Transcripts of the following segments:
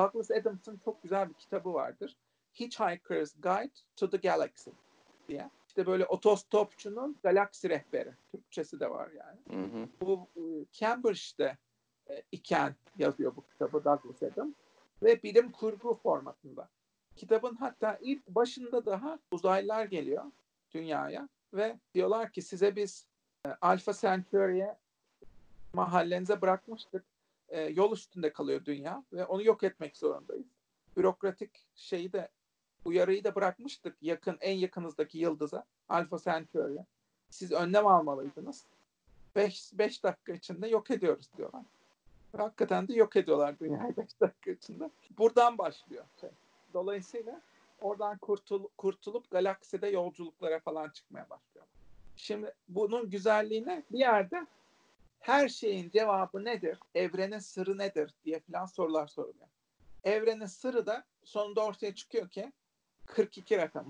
Douglas Adams'ın çok güzel bir kitabı vardır. Hitchhiker's Guide to the Galaxy diye. İşte böyle otostopçunun galaksi rehberi. Türkçesi de var yani. Hı hı. Bu Cambridge'de iken yazıyor bu kitabı Douglas Adams ve bilim kurgu formatında. Kitabın hatta ilk başında daha uzaylılar geliyor dünyaya ve diyorlar ki size biz Alpha Centauri'ye mahallenize bırakmıştık. Yol üstünde kalıyor dünya ve onu yok etmek zorundayız. Bürokratik şeyi de uyarıyı da bırakmıştık en yakınızdaki yıldıza Alpha Centauri'ye. Siz önlem almalıydınız. 5 dakika içinde yok ediyoruz diyorlar. Ve hakikaten de yok ediyorlar dünyayı 5 dakika içinde. Buradan başlıyor. Dolayısıyla oradan kurtulup galakside yolculuklara falan çıkmaya başlıyor. Şimdi bunun güzelliğine bir yerde her şeyin cevabı nedir? Evrenin sırrı nedir? Diye falan sorular soruluyor. Evrenin sırrı da sonunda ortaya çıkıyor ki 42 rakamı.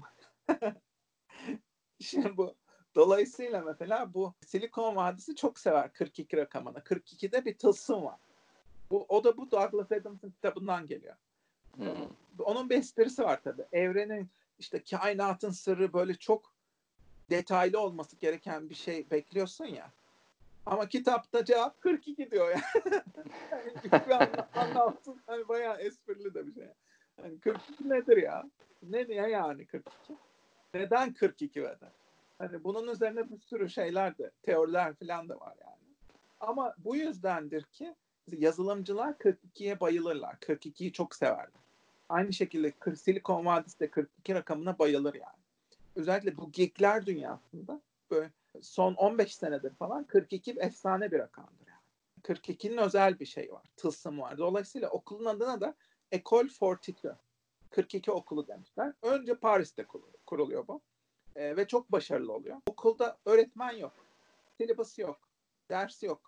Şimdi bu dolayısıyla mesela bu Silikon Vadisi çok sever 42 rakamını. 42'de bir tılsım var. O da bu Douglas Adams'ın kitabından geliyor. Onun bir esprisi var tabii. Evrenin işte kainatın sırrı böyle çok detaylı olması gereken bir şey bekliyorsun ya. Ama kitapta cevap 42 diyor ya. Yani hiçbir anlamsız. Hani bayağı esprili de bir şey. Yani 42 nedir ya? Ne diye yani 42? Neden 42 neden? Hani bunun üzerine bir sürü şeyler de, teoriler falan da var yani. Ama bu yüzdendir ki yazılımcılar 42'ye bayılırlar. 42'yi çok severler. Aynı şekilde Silikon Vadisi de 42 rakamına bayılır yani. Özellikle bu geekler dünyasında böyle son 15 senedir falan 42 efsane bir rakamdır yani. 42'nin özel bir şey var, tılsımı var. Dolayısıyla okulun adına da École 42. 42 okulu demişler. Önce Paris'te kuruluyor bu. Ve çok başarılı oluyor. Okulda öğretmen yok. Silabus yok. Ders yok.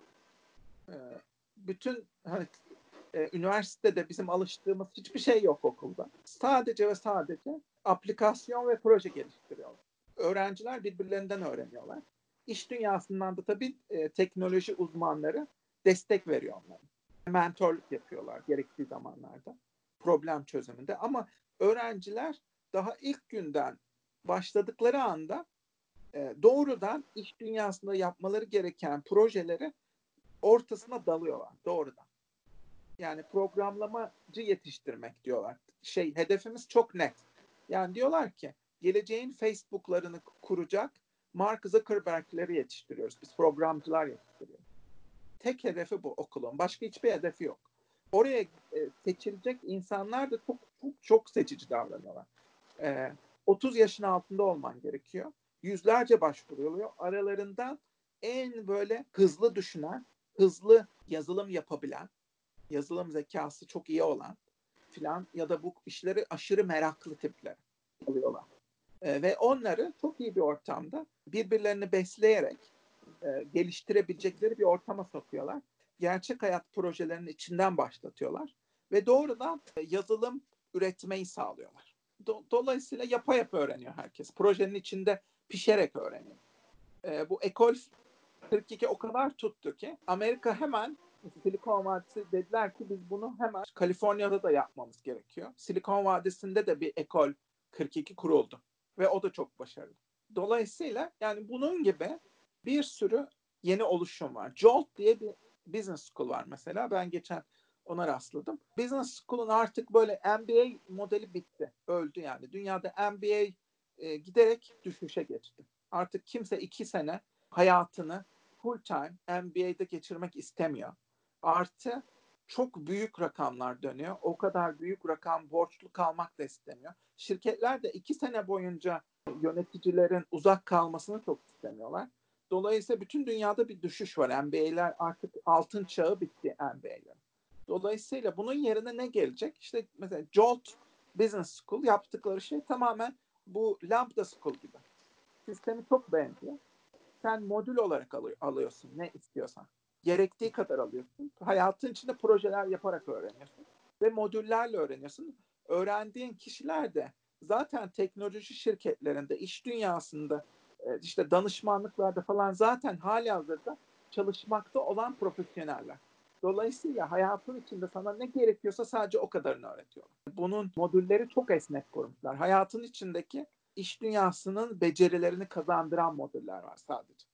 Bütün hani, üniversitede bizim alıştığımız hiçbir şey yok okulda. Sadece ve sadece aplikasyon ve proje geliştiriyorlar. Öğrenciler birbirlerinden öğreniyorlar. İş dünyasından da tabii teknoloji uzmanları destek veriyor onlara. Mentorluk yapıyorlar gerektiği zamanlarda. Problem çözümünde. Ama öğrenciler daha ilk günden başladıkları anda doğrudan iş dünyasında yapmaları gereken projeleri ortasına dalıyorlar doğrudan. Yani programlamacı yetiştirmek diyorlar. Hedefimiz çok net. Yani diyorlar ki geleceğin Facebook'larını kuracak Mark Zuckerberg'leri yetiştiriyoruz. Biz programcılar yetiştiriyoruz. Tek hedefi bu okulun. Başka hiçbir hedefi yok. Oraya seçilecek insanlar da çok çok çok seçici davranıyorlar. 30 yaşın altında olman gerekiyor. Yüzlerce başvuruyor. Aralarından en böyle hızlı düşünen, hızlı yazılım yapabilen, yazılım zekası çok iyi olan filan ya da bu işleri aşırı meraklı tipler alıyorlar. Ve onları çok iyi bir ortamda birbirlerini besleyerek geliştirebilecekleri bir ortama sokuyorlar. Gerçek hayat projelerinin içinden başlatıyorlar ve doğrudan yazılım üretmeyi sağlıyorlar. Dolayısıyla yapa öğreniyor herkes. Projenin içinde pişerek öğreniyor. Bu École 42 o kadar tuttu ki Amerika hemen Silikon Vadisi dediler ki biz bunu hemen Kaliforniya'da da yapmamız gerekiyor. Silikon Vadisi'nde de bir École 42 kuruldu ve o da çok başarılı. Dolayısıyla yani bunun gibi bir sürü yeni oluşum var. Jolt diye bir business school var mesela. Ben geçen ona rastladım. Business School'un artık böyle MBA modeli bitti. Öldü yani. Dünyada MBA giderek düşüşe geçti. Artık kimse 2 sene hayatını full time MBA'de geçirmek istemiyor. Artı çok büyük rakamlar dönüyor. O kadar büyük rakam borçlu kalmak da istemiyor. Şirketler de 2 sene boyunca yöneticilerin uzak kalmasını çok istemiyorlar. Dolayısıyla bütün dünyada bir düşüş var. MBA'ler artık altın çağı bitti MBA'lerin. Dolayısıyla bunun yerine ne gelecek? İşte mesela Jolt Business School yaptıkları şey tamamen bu Lambda School gibi. Sistemi çok benziyor. Sen modül olarak alıyorsun ne istiyorsan. Gerektiği kadar alıyorsun. Hayatın içinde projeler yaparak öğreniyorsun. Ve modüllerle öğreniyorsun. Öğrendiğin kişiler de zaten teknoloji şirketlerinde, iş dünyasında, işte danışmanlıklarda falan zaten halihazırda çalışmakta olan profesyoneller. Dolayısıyla hayatın içinde sana ne gerekiyorsa sadece o kadarını öğretiyorlar. Bunun modülleri çok esnek kurmuşlar. Hayatın içindeki iş dünyasının becerilerini kazandıran modüller var sadece.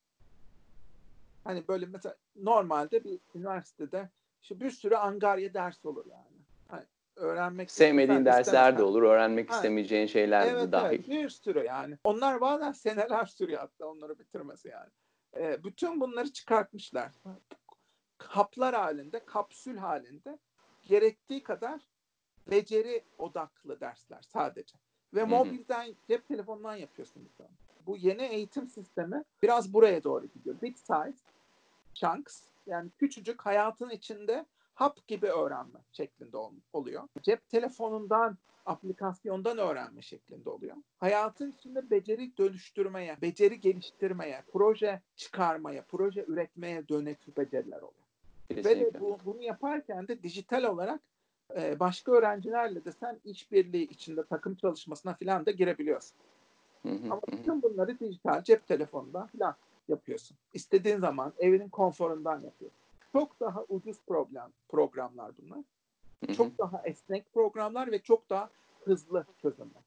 Hani böyle mesela normalde bir üniversitede işte bir sürü angarya ders olur yani. Hani öğrenmek Sevmediğin dersler de istemesen. olur, öğrenmek Ha, istemeyeceğin şeyler de evet dahil. bir sürü yani. Onlar bazen seneler sürüyor hatta onları bitirmesi yani. Bütün bunları çıkartmışlar. Haplar halinde, kapsül halinde gerektiği kadar beceri odaklı dersler sadece. Ve mobilden, cep telefonundan yapıyorsun bu. Bu yeni eğitim sistemi biraz buraya doğru gidiyor. Big size chunks, yani küçücük hayatın içinde hap gibi öğrenme şeklinde oluyor. Cep telefonundan, aplikasyondan öğrenme şeklinde oluyor. Hayatın içinde beceri dönüştürmeye, beceri geliştirmeye, proje çıkarmaya, proje üretmeye dönük beceriler oluyor. Kesinlikle. Ve bunu yaparken de dijital olarak başka öğrencilerle de sen işbirliği içinde takım çalışmasına falan da girebiliyorsun. Ama bütün bunları dijital cep telefonundan falan yapıyorsun. İstediğin zaman evinin konforundan yapıyorsun. Çok daha ucuz programlar bunlar. Çok daha esnek programlar ve çok daha hızlı çözümler.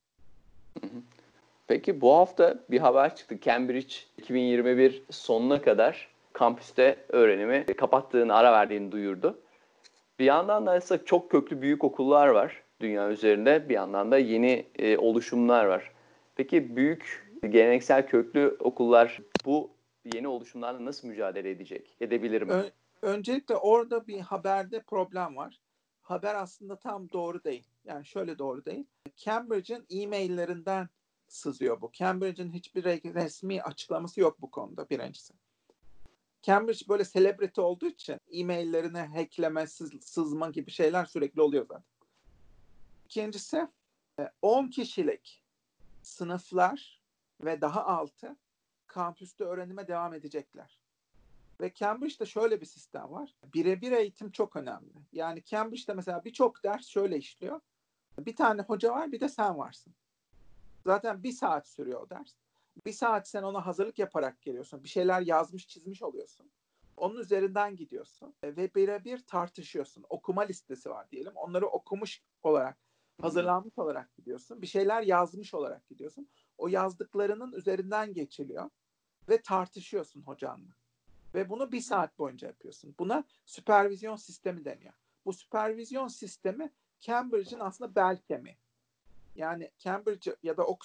Peki bu hafta bir haber çıktı. Cambridge 2021 sonuna kadar kampüste öğrenimi kapattığını, ara verdiğini duyurdu. Bir yandan da aslında çok köklü büyük okullar var dünya üzerinde. Bir yandan da yeni oluşumlar var. Peki büyük geleneksel köklü okullar bu yeni oluşumlarla nasıl mücadele edecek? Edebilir mi? Öncelikle orada bir haberde problem var. Haber aslında tam doğru değil. Yani şöyle doğru değil. Cambridge'in e-maillerinden sızıyor bu. Cambridge'in hiçbir resmi açıklaması yok bu konuda birincisi. Cambridge böyle celebrity olduğu için e-maillerine hackleme, sızma gibi şeyler sürekli oluyor zaten. İkincisi 10 kişilik sınıflar ve daha altı kampüste öğrenime devam edecekler. Ve Cambridge'de şöyle bir sistem var. Birebir eğitim çok önemli. Yani Cambridge'de mesela birçok ders şöyle işliyor. Bir tane hoca var, bir de sen varsın. Zaten 1 saat sürüyor o ders. 1 saat sen ona hazırlık yaparak geliyorsun. Bir şeyler yazmış, çizmiş oluyorsun. Onun üzerinden gidiyorsun ve birebir tartışıyorsun. Okuma listesi var diyelim. Onları okumuş olarak, hazırlanmış olarak gidiyorsun. Bir şeyler yazmış olarak gidiyorsun. O yazdıklarının üzerinden geçiliyor ve tartışıyorsun hocanla. Ve bunu 1 saat boyunca yapıyorsun. Buna süpervizyon sistemi deniyor. Bu süpervizyon sistemi Cambridge'in aslında bel kemiği. Yani Cambridge ya da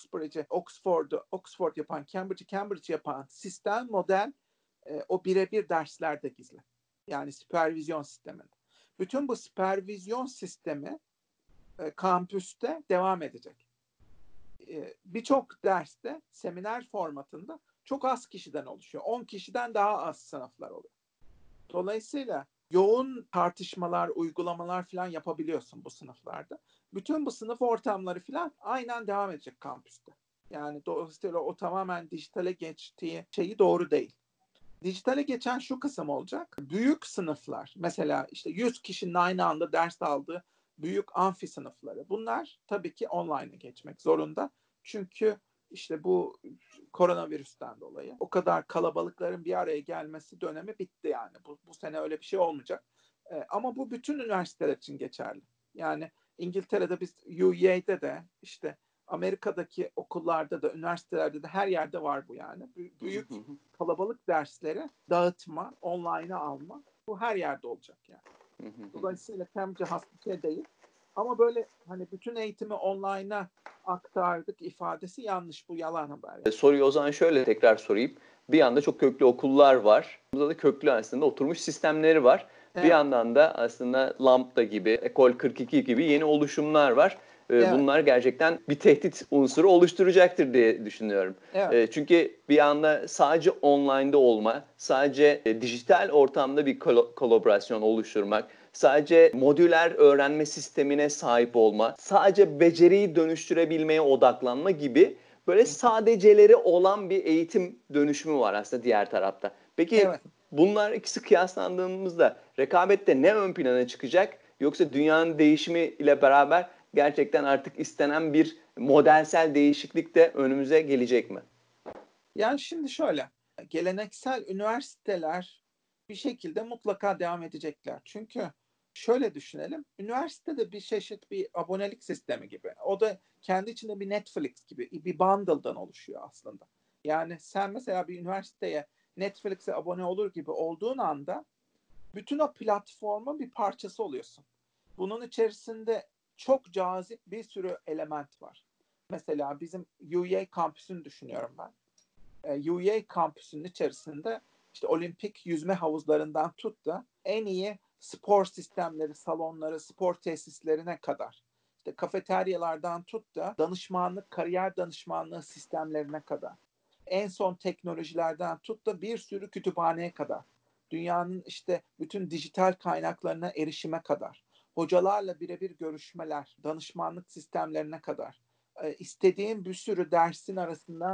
Oxford yapan, Cambridge yapan sistem, model o birebir derslerde gizli. Yani süpervizyon sistemi. Bütün bu süpervizyon sistemi kampüste devam edecek. Birçok derste seminer formatında çok az kişiden oluşuyor. 10 kişiden daha az sınıflar oluyor. Dolayısıyla yoğun tartışmalar, uygulamalar falan yapabiliyorsun bu sınıflarda. Bütün bu sınıf ortamları falan aynen devam edecek kampüste. Yani dolayısıyla o tamamen dijitale geçtiği şeyi doğru değil. Dijitale geçen şu kısım olacak. Büyük sınıflar, mesela işte 100 kişinin aynı anda ders aldığı büyük amfi sınıfları. Bunlar tabii ki online'a geçmek zorunda. Çünkü işte bu koronavirüsten dolayı o kadar kalabalıkların bir araya gelmesi dönemi bitti yani. Bu sene öyle bir şey olmayacak. Ama bu bütün üniversiteler için geçerli. Yani İngiltere'de biz UVA'de de işte Amerika'daki okullarda da, üniversitelerde de her yerde var bu yani. Büyük kalabalık dersleri dağıtma, online'a alma, bu her yerde olacak yani. Dolayısıyla Cambridge has bir şey değil. Ama böyle hani bütün eğitimi online'a aktardık ifadesi yanlış, bu yalan haber. Yani. Soruyu o zaman şöyle tekrar sorayım. Bir yanda çok köklü okullar var. Burada da köklü aslında oturmuş sistemleri var. Evet. Bir yandan da aslında Lambda gibi, Ekol 42 gibi yeni oluşumlar var. Evet. Bunlar gerçekten bir tehdit unsuru oluşturacaktır diye düşünüyorum. Evet. Çünkü bir anda sadece online'da olma, sadece dijital ortamda bir kolaborasyon oluşturmak, sadece modüler öğrenme sistemine sahip olma, sadece beceriyi dönüştürebilmeye odaklanma gibi böyle sadeceleri olan bir eğitim dönüşümü var aslında diğer tarafta. Peki evet. Bunlar ikisi kıyaslandığımızda rekabette ne ön plana çıkacak? Yoksa dünyanın değişimi ile beraber gerçekten artık istenen bir modelsel değişiklik de önümüze gelecek mi? Yani şimdi şöyle, geleneksel üniversiteler bir şekilde mutlaka devam edecekler. Çünkü şöyle düşünelim. Üniversitede bir çeşit bir abonelik sistemi gibi. O da kendi içinde bir Netflix gibi bir bundle'dan oluşuyor aslında. Yani sen mesela bir üniversiteye Netflix'e abone olur gibi olduğun anda bütün o platformun bir parçası oluyorsun. Bunun içerisinde çok cazip bir sürü element var. Mesela bizim UEA kampüsünü düşünüyorum ben. UEA kampüsünün içerisinde işte olimpik yüzme havuzlarından tut da en iyi spor sistemleri, salonları, spor tesislerine kadar, işte kafeteryalardan tut da danışmanlık, kariyer danışmanlığı sistemlerine kadar, en son teknolojilerden tut da bir sürü kütüphaneye kadar, dünyanın işte bütün dijital kaynaklarına erişime kadar, hocalarla birebir görüşmeler, danışmanlık sistemlerine kadar, istediğin bir sürü dersin arasından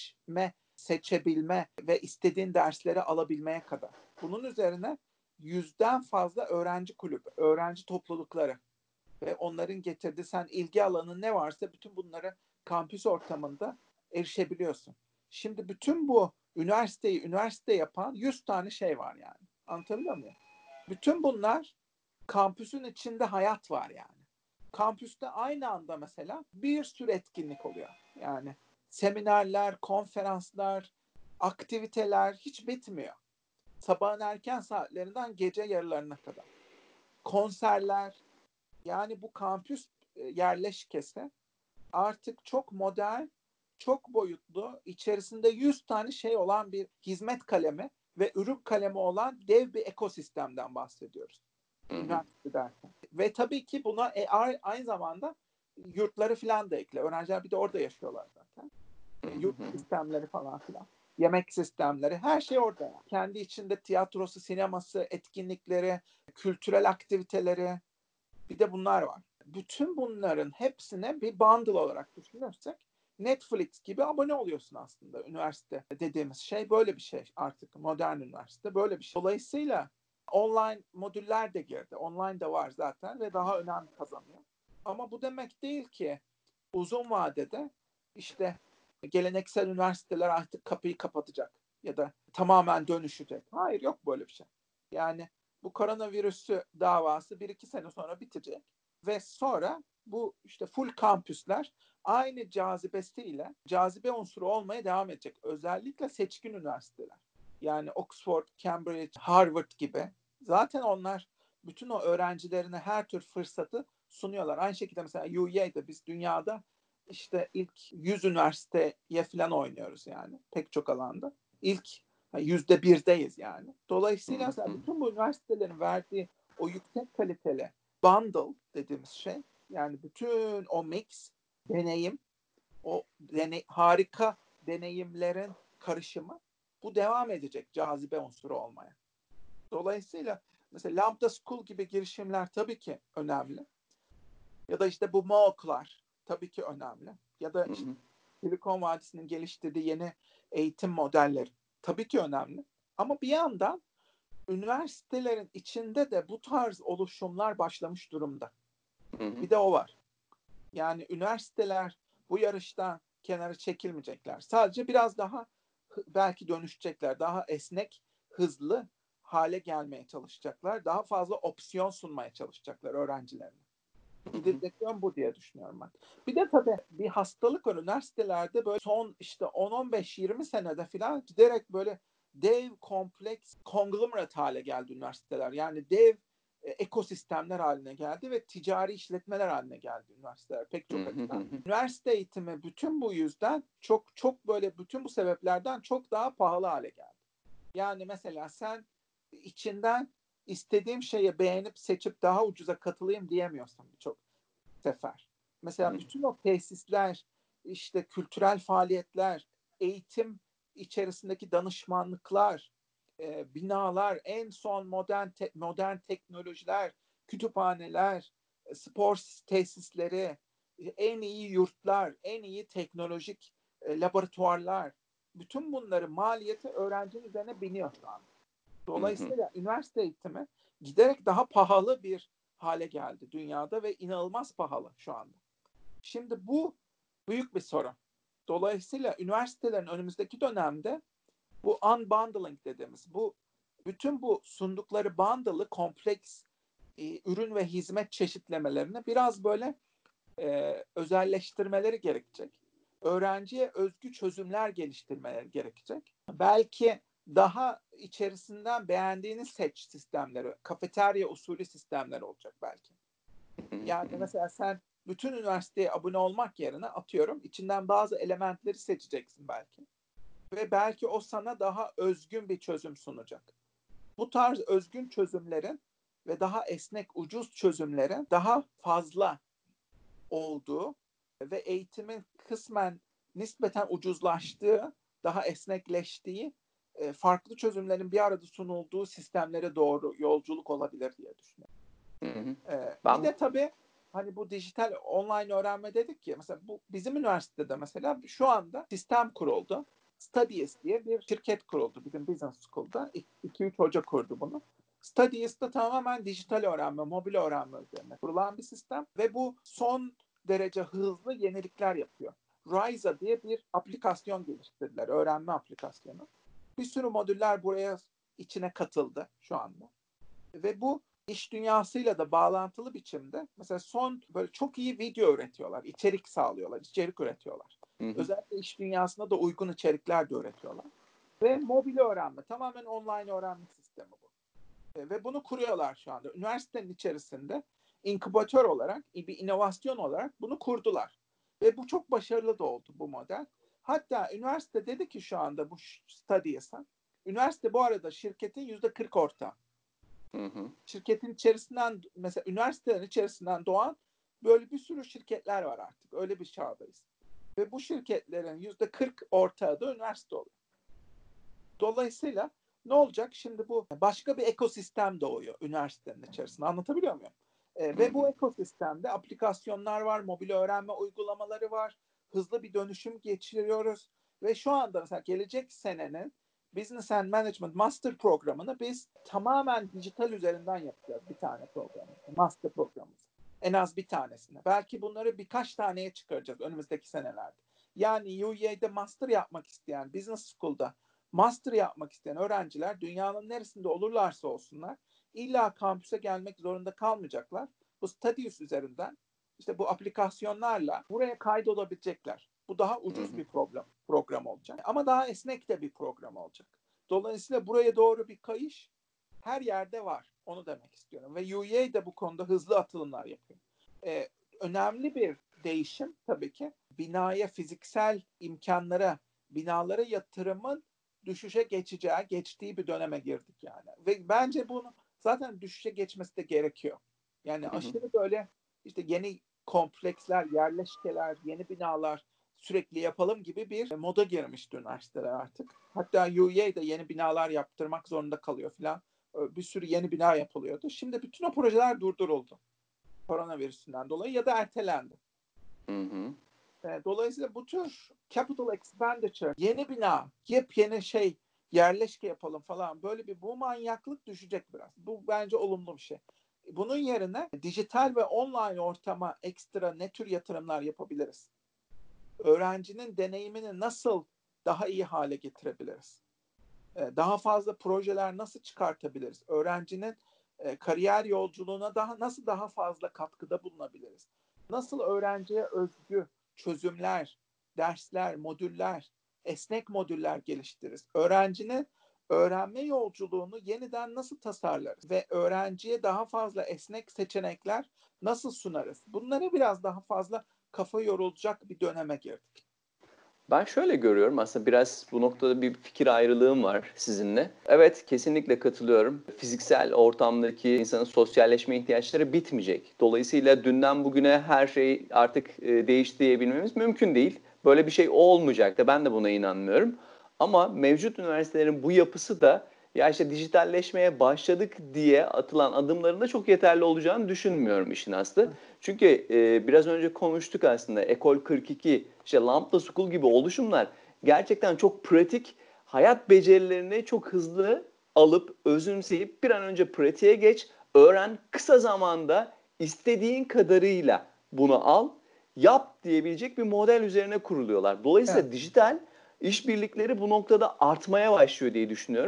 seçebilme ve istediğin dersleri alabilmeye kadar. Bunun üzerine 100'den fazla öğrenci kulübü, öğrenci toplulukları ve onların getirdiği sen ilgi alanın ne varsa bütün bunları kampüs ortamında erişebiliyorsun. Şimdi bütün bu üniversiteyi üniversite yapan 100 tane şey var yani. Anlatabiliyor muyum? Bütün bunlar kampüsün içinde hayat var yani. Kampüste aynı anda mesela bir sürü etkinlik oluyor. Yani seminerler, konferanslar, aktiviteler hiç bitmiyor. Sabahın erken saatlerinden gece yarılarına kadar. Konserler, yani bu kampüs yerleşkesi artık çok modern, çok boyutlu, içerisinde 100 tane şey olan bir hizmet kalemi ve ürün kalemi olan dev bir ekosistemden bahsediyoruz. Üniversite derken. Ve tabii ki buna aynı zamanda yurtları falan da ekle. Öğrenciler bir de orada yaşıyorlar zaten. Yurt sistemleri falan filan. Yemek sistemleri, her şey orada. Yani. Kendi içinde tiyatrosu, sineması, etkinlikleri, kültürel aktiviteleri, bir de bunlar var. Bütün bunların hepsine bir bundle olarak düşünürsek Netflix gibi abone oluyorsun aslında. Üniversite dediğimiz şey böyle bir şey artık. Modern üniversite böyle bir şey. Dolayısıyla online modüller de girdi. Online de var zaten ve daha önem kazanıyor. Ama bu demek değil ki uzun vadede işte geleneksel üniversiteler artık kapıyı kapatacak ya da tamamen dönüşecek. Hayır, yok böyle bir şey. Yani bu koronavirüsü davası 1-2 sene sonra bitecek ve sonra bu işte full kampüsler aynı cazibesiyle cazibe unsuru olmaya devam edecek. Özellikle seçkin üniversiteler. Yani Oxford, Cambridge, Harvard gibi. Zaten onlar bütün o öğrencilerine her tür fırsatı sunuyorlar. Aynı şekilde mesela UVA'da biz dünyada işte ilk 100 üniversiteye falan oynuyoruz yani pek çok alanda. İlk %1'deyiz yani. Dolayısıyla mesela bütün bu üniversitelerin verdiği o yüksek kaliteli bundle dediğimiz şey, yani bütün o mix, deneyim, o harika deneyimlerin karışımı, bu devam edecek cazibe unsuru olmaya. Dolayısıyla mesela Lambda School gibi girişimler tabii ki önemli. Ya da işte bu MOOC'lar tabii ki önemli. Ya da işte Silikon Vadisi'nin geliştirdiği yeni eğitim modelleri tabii ki önemli. Ama bir yandan üniversitelerin içinde de bu tarz oluşumlar başlamış durumda. Bir de o var. Yani üniversiteler bu yarıştan kenara çekilmeyecekler. Sadece biraz daha belki dönüşecekler. Daha esnek, hızlı hale gelmeye çalışacaklar. Daha fazla opsiyon sunmaya çalışacaklar öğrencilerine. Gidecek yön bu diye düşünüyorum ben. Bir de tabii bir hastalık var üniversitelerde, böyle son işte 10-15-20 senede falan giderek böyle dev, kompleks, konglomerat hale geldi üniversiteler. Yani dev ekosistemler haline geldi ve ticari işletmeler haline geldi üniversiteler pek çok açıdan. Üniversite eğitimi bütün bu yüzden çok böyle bütün bu sebeplerden çok daha pahalı hale geldi. Yani mesela sen içinden istediğim şeyi beğenip seçip daha ucuza katılayım diyemiyorsun birçok sefer. Mesela bütün o tesisler, işte kültürel faaliyetler, eğitim içerisindeki danışmanlıklar, binalar, en son modern teknolojiler, kütüphaneler, spor tesisleri, en iyi yurtlar, en iyi teknolojik laboratuvarlar, bütün bunların maliyeti öğrencinin üzerine biniyor şu an. Dolayısıyla üniversite eğitimi giderek daha pahalı bir hale geldi dünyada ve inanılmaz pahalı şu anda. Şimdi bu büyük bir sorun. Dolayısıyla üniversitelerin önümüzdeki dönemde bu unbundling dediğimiz, bu bütün bu sundukları bundle'ı kompleks ürün ve hizmet çeşitlemelerini biraz böyle özelleştirmeleri gerekecek. Öğrenciye özgü çözümler geliştirmeleri gerekecek. Belki daha içerisinden beğendiğiniz seç sistemleri, kafeterya usulü sistemler olacak belki. Yani mesela sen bütün üniversiteye abone olmak yerine atıyorum içinden bazı elementleri seçeceksin belki. Ve belki o sana daha özgün bir çözüm sunacak. Bu tarz özgün çözümlerin ve daha esnek, ucuz çözümlerin daha fazla olduğu ve eğitimin kısmen nispeten ucuzlaştığı, daha esnekleştiği, farklı çözümlerin bir arada sunulduğu sistemlere doğru yolculuk olabilir diye düşünüyorum. Bir de tabii hani bu dijital online öğrenme dedik ki mesela bu bizim üniversitede mesela şu anda sistem kuruldu. Studies diye bir şirket kuruldu bizim Business School'da. 2-3 hoca kurdu bunu. Studies'ta tamamen dijital öğrenme, mobil öğrenme üzerine kurulan bir sistem ve bu son derece hızlı yenilikler yapıyor. Ryza diye bir aplikasyon geliştirdiler, öğrenme aplikasyonu. Bir sürü modüller buraya içine katıldı şu anda. Ve bu iş dünyasıyla da bağlantılı biçimde mesela son böyle çok iyi video üretiyorlar, içerik sağlıyorlar, içerik üretiyorlar. Özellikle iş dünyasına da uygun içerikler de üretiyorlar. Ve mobil öğrenme, tamamen online öğrenme sistemi bu. Ve bunu kuruyorlar şu anda. Üniversitenin içerisinde inkübatör olarak, bir inovasyon olarak bunu kurdular. Ve bu çok başarılı da oldu bu model. Hatta üniversite dedi ki şu anda bu Studies'a, üniversite bu arada şirketin %40 ortağı. Şirketin içerisinden mesela üniversitelerin içerisinden doğan böyle bir sürü şirketler var artık. Öyle bir çağdayız. Ve bu şirketlerin %40 ortağı da üniversite oluyor. Dolayısıyla ne olacak? Şimdi bu başka bir ekosistem doğuyor üniversitenin içerisinde. Anlatabiliyor muyum? Ve bu ekosistemde aplikasyonlar var, mobil öğrenme uygulamaları var. Hızlı bir dönüşüm geçiriyoruz. Ve şu anda mesela gelecek senenin Business and Management Master programını biz tamamen dijital üzerinden yapacağız bir tane programı. Master programımız. En az bir tanesine. Belki bunları birkaç taneye çıkaracağız önümüzdeki senelerde. Yani UEA'de master yapmak isteyen, Business School'da master yapmak isteyen öğrenciler dünyanın neresinde olurlarsa olsunlar illa kampüse gelmek zorunda kalmayacaklar. Bu Studies üzerinden işte bu aplikasyonlarla buraya kaydolabilecekler. Bu daha ucuz bir program olacak. Ama daha esnek de bir program olacak. Dolayısıyla buraya doğru bir kayış her yerde var. Onu demek istiyorum. Ve UEA de bu konuda hızlı atılımlar yapıyor. Önemli bir değişim tabii ki binaya, fiziksel imkanlara, binalara yatırımın geçtiği bir döneme girdik yani. Ve bence bunu zaten düşüşe geçmesi de gerekiyor. Yani aşırı böyle işte yeni kompleksler, yerleşkeler, yeni binalar sürekli yapalım gibi bir moda girmişti üniversiteler artık. Hatta UEA de yeni binalar yaptırmak zorunda kalıyor filan. Bir sürü yeni bina yapılıyordu. Şimdi bütün o projeler durduruldu. Koronavirüsünden dolayı ya da ertelendi. Dolayısıyla bu tür capital expenditure, yeni bina, yepyeni yerleşke yapalım falan böyle bu manyaklık düşecek biraz. Bu bence olumlu bir şey. Bunun yerine dijital ve online ortama ekstra ne tür yatırımlar yapabiliriz? Öğrencinin deneyimini nasıl daha iyi hale getirebiliriz? Daha fazla projeler nasıl çıkartabiliriz? Öğrencinin kariyer yolculuğuna nasıl daha fazla katkıda bulunabiliriz? Nasıl öğrenciye özgü çözümler, dersler, modüller, esnek modüller geliştiririz? Öğrencinin öğrenme yolculuğunu yeniden nasıl tasarlarız? Ve öğrenciye daha fazla esnek seçenekler nasıl sunarız? Bunlara biraz daha fazla kafa yorulacak bir döneme girdik. Ben şöyle görüyorum, aslında biraz bu noktada bir fikir ayrılığım var sizinle. Evet, kesinlikle katılıyorum. Fiziksel ortamdaki insanın sosyalleşme ihtiyaçları bitmeyecek. Dolayısıyla dünden bugüne her şey artık değişti diyebilmemiz mümkün değil. Böyle bir şey olmayacak da ben de buna inanmıyorum. Ama mevcut üniversitelerin bu yapısı da ya işte dijitalleşmeye başladık diye atılan adımların da çok yeterli olacağını düşünmüyorum işin aslı. Çünkü biraz önce konuştuk aslında, Ekol 42, işte Lambda School gibi oluşumlar gerçekten çok pratik, hayat becerilerini çok hızlı alıp özümseyip bir an önce pratiğe geç, öğren, kısa zamanda istediğin kadarıyla bunu al, yap diyebilecek bir model üzerine kuruluyorlar. Dolayısıyla dijital işbirlikleri bu noktada artmaya başlıyor diye düşünüyorum.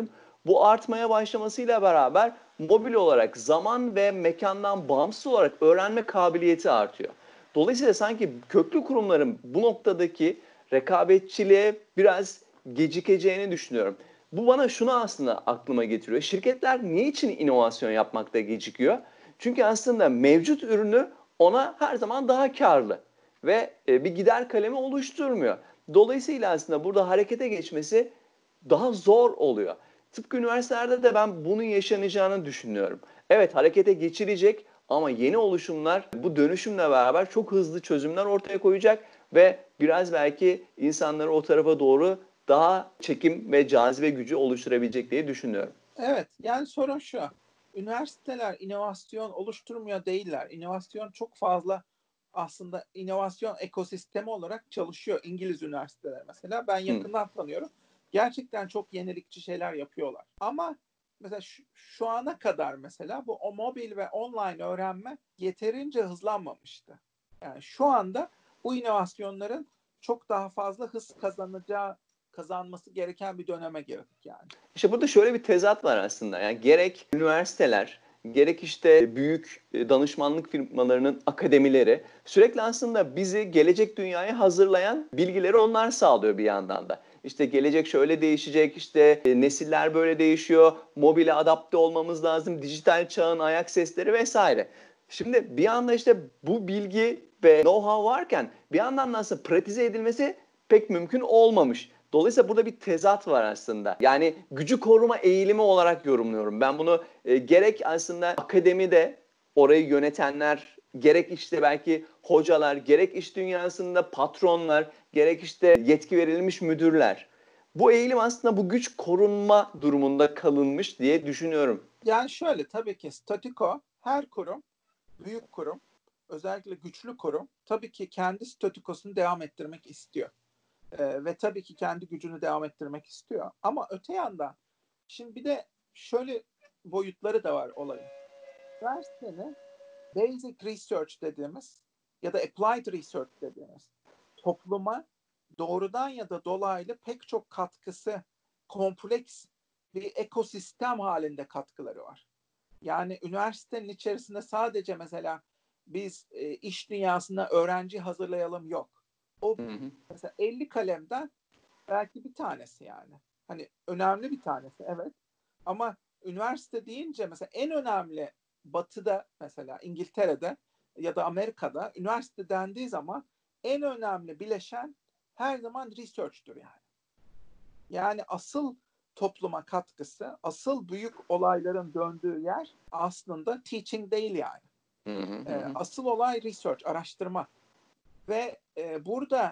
Bu artmaya başlamasıyla beraber mobil olarak zaman ve mekandan bağımsız olarak öğrenme kabiliyeti artıyor. Dolayısıyla sanki köklü kurumların bu noktadaki rekabetçiliğe biraz gecikeceğini düşünüyorum. Bu bana şunu aslında aklıma getiriyor. Şirketler niçin inovasyon yapmakta gecikiyor? Çünkü aslında mevcut ürünü ona her zaman daha karlı ve bir gider kalemi oluşturmuyor. Dolayısıyla aslında burada harekete geçmesi daha zor oluyor. Tıpkı üniversitelerde de ben bunun yaşanacağını düşünüyorum. Evet, harekete geçilecek ama yeni oluşumlar bu dönüşümle beraber çok hızlı çözümler ortaya koyacak ve biraz belki insanları o tarafa doğru daha çekim ve cazibe gücü oluşturabilecek diye düşünüyorum. Evet, yani sorun şu. Üniversiteler inovasyon oluşturmuyor değiller. İnovasyon çok fazla aslında inovasyon ekosistemi olarak çalışıyor. İngiliz üniversiteler mesela. Ben yakından tanıyorum. Gerçekten çok yenilikçi şeyler yapıyorlar. Ama mesela şu ana kadar mesela bu o mobil ve online öğrenme yeterince hızlanmamıştı. Yani şu anda bu inovasyonların çok daha fazla hız kazanması gereken bir döneme girdik yani. İşte burada şöyle bir tezat var aslında. Yani gerek üniversiteler, gerek işte büyük danışmanlık firmalarının akademileri sürekli aslında bizi gelecek dünyaya hazırlayan bilgileri onlar sağlıyor bir yandan da. İşte gelecek şöyle değişecek, işte nesiller böyle değişiyor, mobile adapte olmamız lazım, dijital çağın ayak sesleri vesaire. Şimdi bir anda işte bu bilgi ve know-how varken bir yandan da aslında pratize edilmesi pek mümkün olmamış. Dolayısıyla burada bir tezat var aslında. Yani gücü koruma eğilimi olarak yorumluyorum. Ben bunu gerek aslında akademide orayı yönetenler, gerek işte belki hocalar, gerek iş dünyasında patronlar, gerek işte yetki verilmiş müdürler. Bu eğilim aslında bu güç korunma durumunda kalınmış diye düşünüyorum. Yani şöyle tabii ki statiko her kurum, büyük kurum, özellikle güçlü kurum tabii ki kendi statükosunu devam ettirmek istiyor. Ve tabii ki kendi gücünü devam ettirmek istiyor. Ama öte yandan şimdi bir de şöyle boyutları da var olayın. Üniversitenin basic research dediğimiz ya da applied research dediğimiz topluma doğrudan ya da dolaylı pek çok katkısı kompleks bir ekosistem halinde katkıları var. Yani üniversitenin içerisinde sadece mesela biz iş dünyasına öğrenci hazırlayalım yok. O mesela 50 kalemden belki bir tanesi yani. Hani önemli bir tanesi evet. Ama üniversite deyince mesela en önemli Batı'da mesela İngiltere'de ya da Amerika'da üniversite dendiği zaman en önemli bileşen her zaman research'tür yani. Yani asıl topluma katkısı, asıl büyük olayların döndüğü yer aslında teaching değil yani. Asıl olay research, araştırma. Ve burada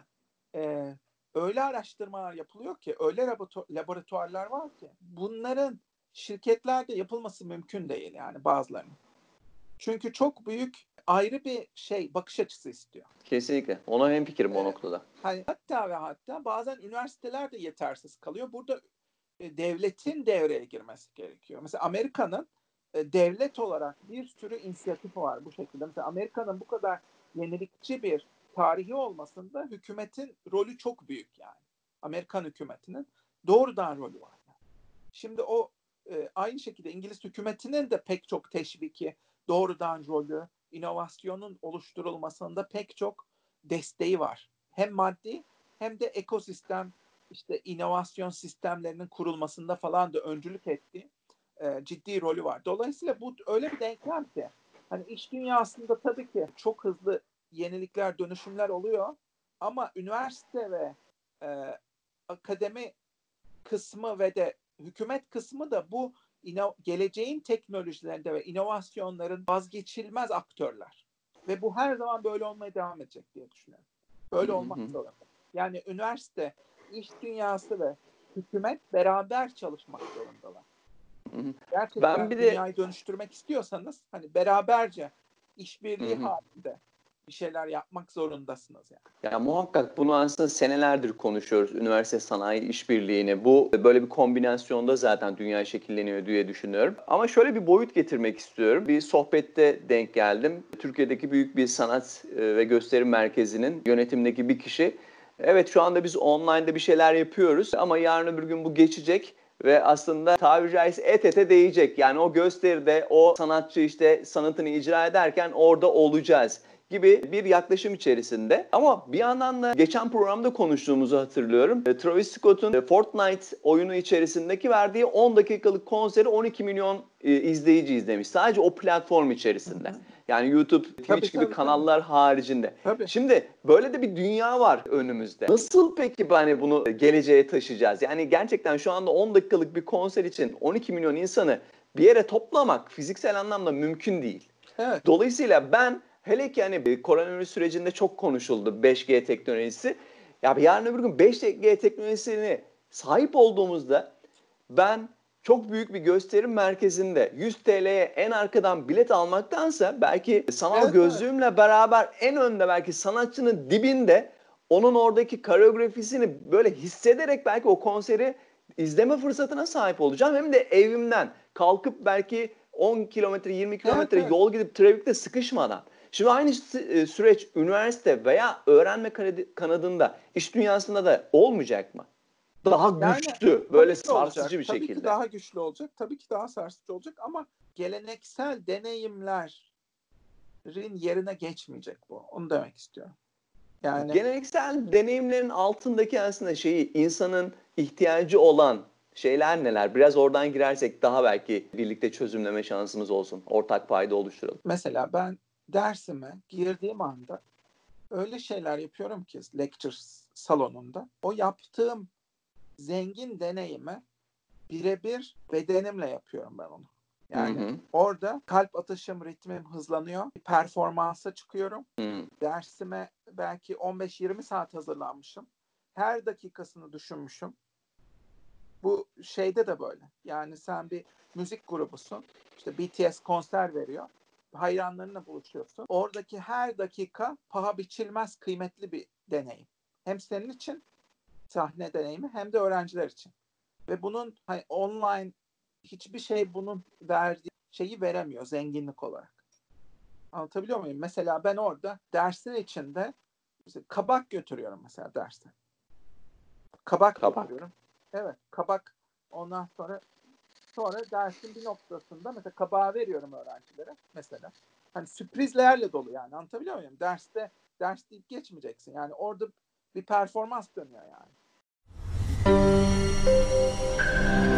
öyle araştırmalar yapılıyor ki, öyle laboratuvarlar var ki bunların şirketlerde yapılması mümkün değil yani bazılarının. Çünkü çok büyük ayrı bir bakış açısı istiyor. Kesinlikle. Ona hemfikirim o noktada. Hani hatta ve hatta bazen üniversiteler de yetersiz kalıyor. Burada devletin devreye girmesi gerekiyor. Mesela Amerika'nın devlet olarak bir sürü inisiyatifi var bu şekilde. Mesela Amerika'nın bu kadar yenilikçi bir tarihi olmasında hükümetin rolü çok büyük yani. Amerikan hükümetinin doğrudan rolü var. Şimdi o aynı şekilde İngiliz hükümetinin de pek çok teşviki, doğrudan rolü, inovasyonun oluşturulmasında pek çok desteği var. Hem maddi hem de ekosistem, işte inovasyon sistemlerinin kurulmasında falan da öncülük ettiği ciddi rolü var. Dolayısıyla bu öyle bir denklem ki hani iş dünyasında tabii ki çok hızlı yenilikler, dönüşümler oluyor ama üniversite ve akademi kısmı ve de hükümet kısmı da bu geleceğin teknolojilerinde ve inovasyonların vazgeçilmez aktörler. Ve bu her zaman böyle olmaya devam edecek diye düşünüyorum. Böyle olmak zorunda. Yani üniversite, iş dünyası ve hükümet beraber çalışmak zorundalar. Gerçekten dünyayı dönüştürmek istiyorsanız hani beraberce işbirliği halinde bir şeyler yapmak zorundasınız yani. Ya muhakkak bunu aslında senelerdir konuşuyoruz, üniversite sanayi işbirliğini. Bu böyle bir kombinasyonda zaten dünya şekilleniyor diye düşünüyorum. Ama şöyle bir boyut getirmek istiyorum. Bir sohbette denk geldim. Türkiye'deki büyük bir sanat ve gösterim merkezinin yönetimindeki bir kişi. Evet, şu anda biz online'da bir şeyler yapıyoruz ama yarın öbür gün bu geçecek ve aslında tabiri caizse et ete değecek. Yani o gösteride o sanatçı işte sanatını icra ederken orada olacağız gibi bir yaklaşım içerisinde. Ama bir yandan da geçen programda konuştuğumuzu hatırlıyorum. Travis Scott'un Fortnite oyunu içerisindeki verdiği 10 dakikalık konseri 12 milyon izleyici izlemiş. Sadece o platform içerisinde. Yani YouTube, Twitch gibi kanallar haricinde. Tabii. Şimdi böyle de bir dünya var önümüzde. Nasıl peki hani bunu geleceğe taşıyacağız? Yani gerçekten şu anda 10 dakikalık bir konser için 12 milyon insanı bir yere toplamak fiziksel anlamda mümkün değil. Evet. Dolayısıyla ben hele ki hani koronavirüs sürecinde çok konuşuldu 5G teknolojisi. Ya yarın öbür gün 5G teknolojisine sahip olduğumuzda ben çok büyük bir gösterim merkezinde 100 TL'ye en arkadan bilet almaktansa belki sanal gözlüğümle beraber en önde belki sanatçının dibinde onun oradaki koreografisini böyle hissederek belki o konseri izleme fırsatına sahip olacağım. Hem de evimden kalkıp belki 10 kilometre 20 kilometre yol gidip trafikte sıkışmadan. Şimdi aynı süreç üniversite veya öğrenme kanadında iş dünyasında da olmayacak mı? Daha güçlü, böyle sarsıcı olacak. bir Tabii şekilde. Tabii ki daha güçlü olacak. Tabii ki daha sarsıcı olacak ama geleneksel deneyimlerin yerine geçmeyecek bu. Onu demek istiyorum. Yani geleneksel deneyimlerin altındaki aslında insanın ihtiyacı olan şeyler neler? Biraz oradan girersek daha belki birlikte çözümleme şansımız olsun. Ortak payda oluşturalım. Mesela ben dersime girdiğim anda öyle şeyler yapıyorum ki lecture salonunda. O yaptığım zengin deneyimi birebir bedenimle yapıyorum ben onu. Yani orada kalp atışım, ritmim hızlanıyor. Bir performansa çıkıyorum. Dersime belki 15-20 saat hazırlanmışım. Her dakikasını düşünmüşüm. Bu şeyde de böyle. Yani sen bir müzik grubusun. İşte BTS konser veriyor. Hayranlarınla buluşuyorsun. Oradaki her dakika paha biçilmez kıymetli bir deneyim. Hem senin için sahne deneyimi hem de öğrenciler için. Ve bunun hani online hiçbir şey bunun verdiği şeyi veremiyor zenginlik olarak. Anlatabiliyor muyum? Mesela ben orada dersin içinde kabak götürüyorum mesela derste. Kabak götürüyorum. Evet, kabak. Ondan sonra dersin bir noktasında mesela kabağı veriyorum öğrencilere mesela. Hani sürprizlerle dolu yani. Anlatabiliyor muyum? Ders deyip geçmeyeceksin. Yani orada bir performans dönüyor yani.